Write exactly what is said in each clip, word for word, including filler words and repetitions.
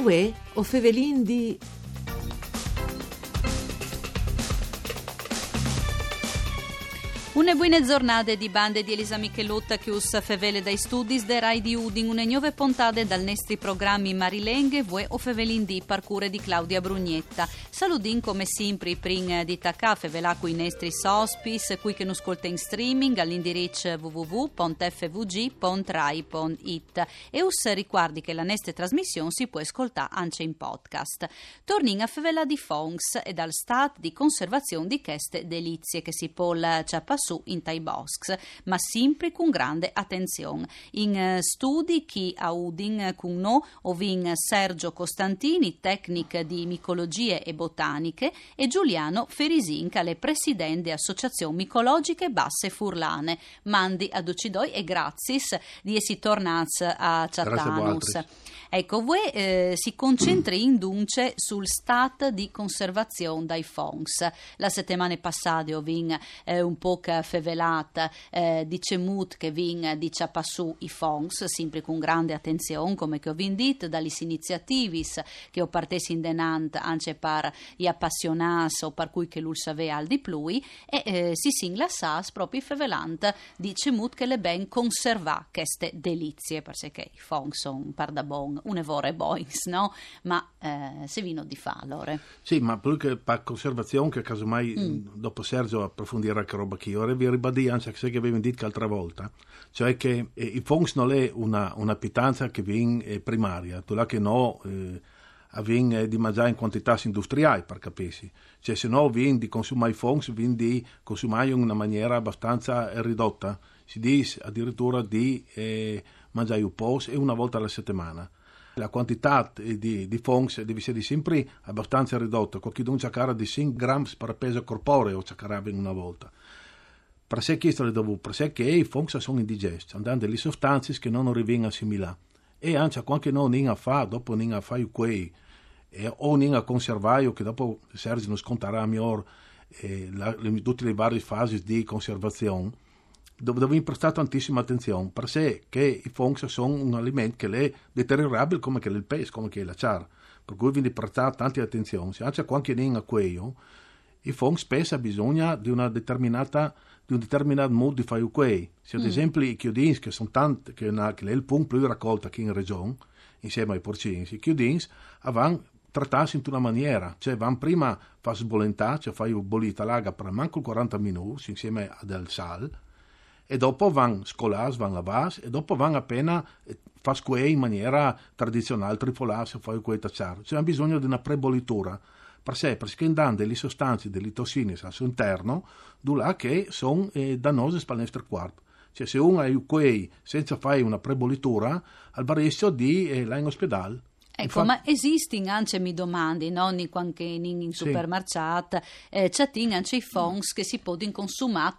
Uè, o fevelin di... Une buone giornate di bande di Elisa Michelutta che us fevele dai studi de Rai di Udin, une nuove puntate dal nostri programmi Marilenghe, Vue o Fevelin di Parcure di Claudia Brugnetta. Saludin come sempre prin di tacca fevelà coi nostri sospis, qui che nu ascolta in streaming all'indirizzo w w w punto f v g punto rai punto i t e us ricordi che la nostra trasmissione si può ascoltare anche in podcast. Tornin a fevelà di Fonks e dal stat di conservazione di queste delizie che si può ciappa su in tai bosks, ma sempre con grande attenzione. In studi chi a Udin con no ovin Sergio Costantini, tecnic di micologie e botaniche, e Giuliano Ferisin, che è presidente Associazioni Micologiche Basse Furlane. Mandi ad Occidoi e grazis di essi tornaz a Ciatanus. Ecco, voi eh, si concentri in dunce sul stat di conservazione dai fonds. La settimana passata ho vin eh, un po' fevelata eh, di cemut che vin di ciapassù i fonds, sempre con grande attenzione, come che ho vin dit, dalle iniziativis che ho partesi in denant anche per gli appassionati o per cui che l'ul savea al di plui, e eh, si singla sas proprio fevelant di cemut che le ben conserva queste delizie, perché i fonds sono par da bon un'evore boins, no? Ma eh, se vino di fa, allora. Sì, ma più che per conservazione, che casomai mm. dopo Sergio approfondirà che roba che io vi ribadì anche se che avevo detto l'altra volta, cioè che eh, i fonds non è una, una pittanza che viene eh, primaria, tu là che no eh, viene di mangiare in quantità industriali, per capirsi, cioè se no viene di consumare i fonds, viene di consumare in una maniera abbastanza ridotta, si dice addirittura di eh, mangiare un po' e una volta alla settimana. La quantità di, di fonds deve essere sempre abbastanza ridotta, qualcuno c'ha di cinque grammi per peso corporeo, c'ha una volta. Per sé questo è dovuto, per sé che i fonds sono indigesti, andando delle sostanze che non arrivano a assimilare. E anche quando non in a fa, dopo non a fare quei, e, o non a conservare, che dopo Sergio non sconterà migliore eh, la, le, tutte le varie fasi di conservazione, dove prestare tantissima attenzione, per sé che i fonds sono un alimento che è deteriorabile come che il pesce, come che la char, per cui quindi prestare tanta attenzione. Se anche quando non a quello, i fonds spesso bisogna di una determinata di un determinato modo di fare quei. Se ad mm. esempio i chiodins, che sono tanti, che, una, che è il punto più raccolto qui in regione, insieme ai porcini, i chiodins avevano trattarsi in una maniera, cioè vanno prima fare sbollentare, cioè fare bollita l'aga per manco quaranta minuti insieme a del sale, e dopo vanno scolati, vanno lavati, e dopo vanno appena fare quei in maniera tradizionale, trifolarsi o fare quei tacciare. Cioè hanno bisogno di una prebollitura per sé, perché danno delle sostanze, delle tossine al suo interno, là che sono eh, dannose per il nostro corpo. Cioè se uno ha quei senza fare una prebollitura, al rischio di eh, là in ospedale. Ecco, infatti, ma esistono anche, mi domandi, non in qualche in, in sì. supermercato, eh, c'è anche i fonds che si possono consumare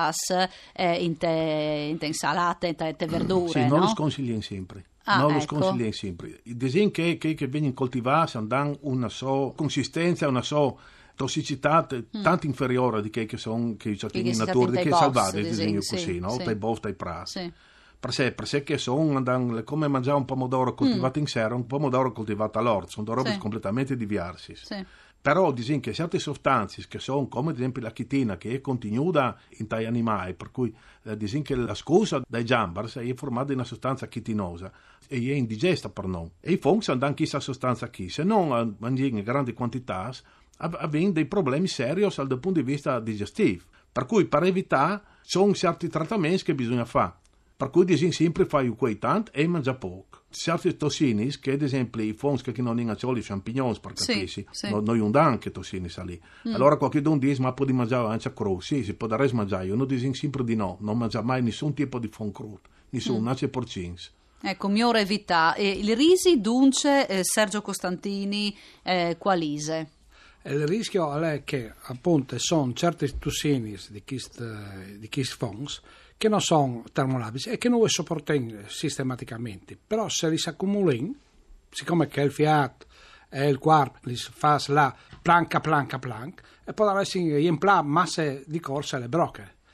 eh, in, te, in te insalate, in te, te verdure, sì, no? non lo sconsigliamo sempre. Ah, non lo ecco. sconsigliamo sempre. I disegni che, che, che vengono coltivati hanno una sua consistenza, una sua tossicità mm. tanto inferiore di che, che sono che in natura, di che salvare, disegno sì, così, no? Sì. Dai boss, dai prati. Sì. Per sé, per sé che sono come mangiare un pomodoro coltivato mm. in serra, un pomodoro coltivato all'orto, sono due robe sì. completamente diverse. Sì. Però dicono che certe sostanze che sono come ad esempio la chitina che è contenuta in tali animali, per cui eh, dicono che la scusa dai jambars è formata di una sostanza chitinosa e è indigesta per noi. E i fongs hanno anche questa sostanza qui, se non mangiano in grandi quantità avvengono dei problemi seri dal punto di vista digestivo. Per cui per evitare sono certi trattamenti che bisogna fare. Per cui dicono sempre fai quei tanto e mangia poco. Certe tossine, che ad esempio i fonds che non hanno i champignon, per capirsi, sì, sì. no, noi non danno anche tossine lì. Mm. Allora qualcuno dice, ma può di mangiare anche crudo? Sì, si può dare mangiare. Io non dico sempre di no, non mangia mai nessun tipo di fond crudo, nessun, mm. anche porcini. Ecco, migliore evità. E il risi, dunque, eh, Sergio Costantini, eh, qualise? Il rischio è che appunto sono certe tossine di questi fonds che non sono termolabili e che non si sopportano sistematicamente, però se li si accumulano, siccome che il fiato e il corpo li fa la planca, planca, planca, e poi essere in masse di corsa le brocche.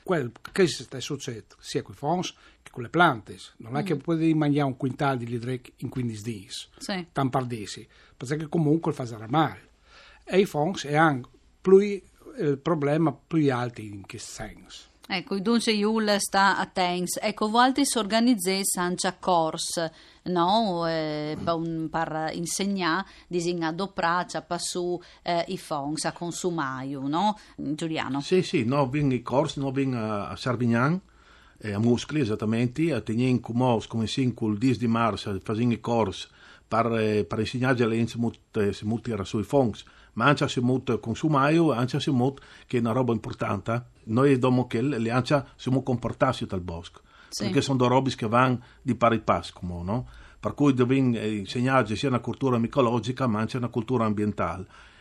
quel che sta succedendo sia con i fonds che con le piante. Non è mm. che puoi mangiare un quintale di lidrec in quindici giorni, sì. tampardesi, perché comunque fa male. E i fonds è anche più, il problema più alto in questo senso. Ecco, dunque Iul sta a Tens. Ecco, volti si organizza sancia corso, no? Eh, per insegnare, disegna dopraccia, passù eh, i fonds a consumaio, no? Giuliano? Sì, sì, no, vin i corsi, no, vin a, a Sarvignan, eh, a Muscli, esattamente, a tenere come come si il dieci di marzo, facendo i corsi per, eh, per insegnare alle gente si muti sui fonds, ma anche si muti consumaio, anche si muti, che è una roba importante. Noi dobbiamo che le ancia si muovono comportarsi dal bosco, sì. Perché sono due robe che vanno di pari passo, no? Per cui dobbiamo insegnare sia una cultura micologica ma anche una cultura ambientale.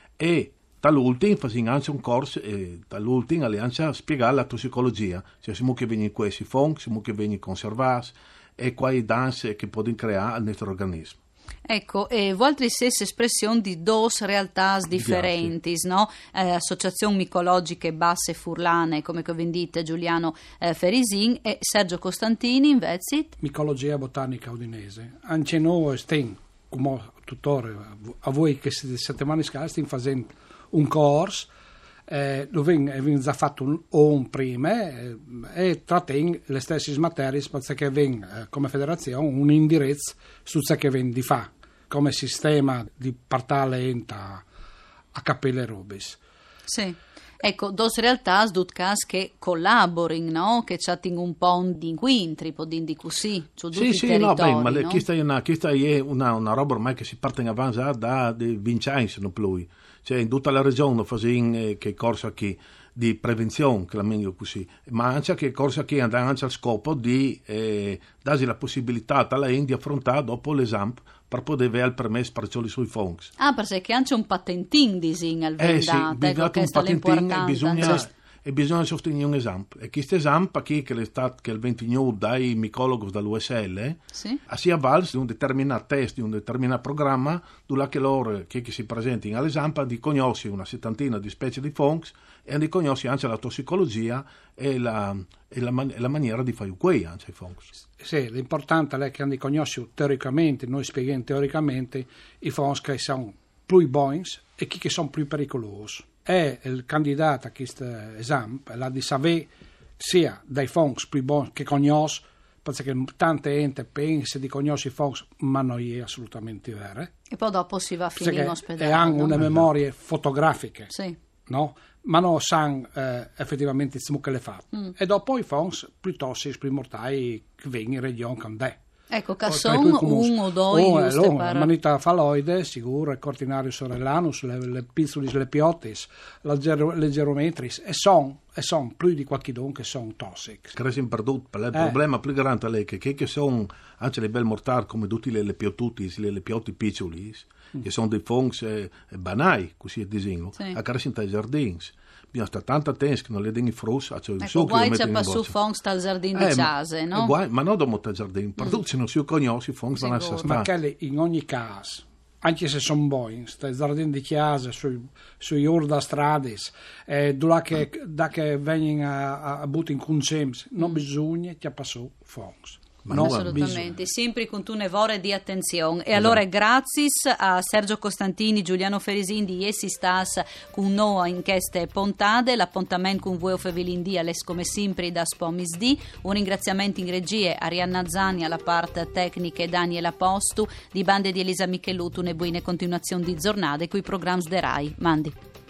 E dall'ultimo facciamo anche un corso e dall'ultimo alle ancia spiegare la tossicologia, cioè si muove che vengono questi funghi, si muove che vengono conservati e quali danze che possono creare al nostro organismo. Ecco, e volti stessa espressione di dos realtà differenti, no? Eh, associazioni micologiche basse furlane, come che vendite Giuliano eh, Ferisin e Sergio Costantini, invece. Micologia botanica udinese. Anche noi stiamo, come tuttora, a voi che siete settimane scorse, stiamo facendo un corso, eh, dove viene già fatto un, un prima eh, e trattiamo le stesse materie perché viene eh, come federazione un indirizzo su ciò che viene di fa come sistema di partale enta a capelle robis. Sì. Ecco, dos realtà sdutcas che collaborino, no? Che chatting un po' di incontri, po' di così, su tutti sì, i sì, territori, no, beh, ma no? questa è, una, questa è una, una roba ormai che si parte in avanti da Vincenzo, non più. Cioè, in tutta la regione facciamo eh, che corsa qui di prevenzione, che la meglio così, ma anche che corsa che andrà anche al scopo di eh, darsi la possibilità alla India di affrontare dopo l'esame per poter avere il permesso per i suoi fonds. Ah, perché anche un patentin di al eh sì, ecco, un patentin bisogna, e bisogna sostenere un esempio. E questo esempio che è stato che il ventinove dai micologi dall'U S L sì. si avvalsa di un determinato test, di un determinato programma, dove che loro che, che si presentano all'esempio di conoscere una settantina di specie di fonds e di conoscere anche la tossicologia e la, e la, man- e la maniera di fare quei anche i fonds. Sì, l'importante è che di conoscere teoricamente, noi spieghiamo teoricamente i fonds che sono più buoni e chi che sono più pericolosi. E il candidato a questo esame l'ha di sapere sia dai fonds più buoni che conosce, perché tante gente pensa di conoscere i fonds, ma non è assolutamente vero. E poi dopo si va a finire in ospedale. E hanno no? una memoria fotografiche, sì. no? Ma non sanno eh, effettivamente come che le fa. Mm. E dopo i fonds piuttosto più mortali che vengono in regione con te. Ecco, che sono un o due oh, giuste la per... manita falloide, sicuro, il cortinario sorellanus, le, le pizzulis lepiotis, la ger- le gerometris, e sono e son più di qualche don che sono tossici. Crescono perdute, il eh. problema più grande è che, che, che sono anche le belle mortali come tutti le lepiotutis, le lepioti piccoli, mm. che sono dei fongs eh, banali, così è disegno, sì. A crescere dai giardini. Bisogna stare tanto attenti che non le dinghi frus, cioè il ecco, guai c'è passato fongs dal giardino eh, di case, no? Guai, ma non dopo dal giardino, per tutti se non si conosce i fongs vanno a stare. Ma che in ogni caso, anche se sono buoni, dal giardino di casa, sui, sui urda stradis, eh, da che, da che vengono a, a buttare in concems, non bisogna che passano fongs. No, assolutamente, sempre con una vore di attenzione. E allora grazie a Sergio Costantini, Giuliano Ferisin di Essi Stas con noi in queste puntate. L'appuntamento con voi o Fevelindì alle come sempre da Spomis D. Un ringraziamento in regie a Arianna Zani alla parte tecnica e Daniela Postu di bande di Elisa Michelutun e buone continuazioni di giornate con i programmi de Rai. Mandi.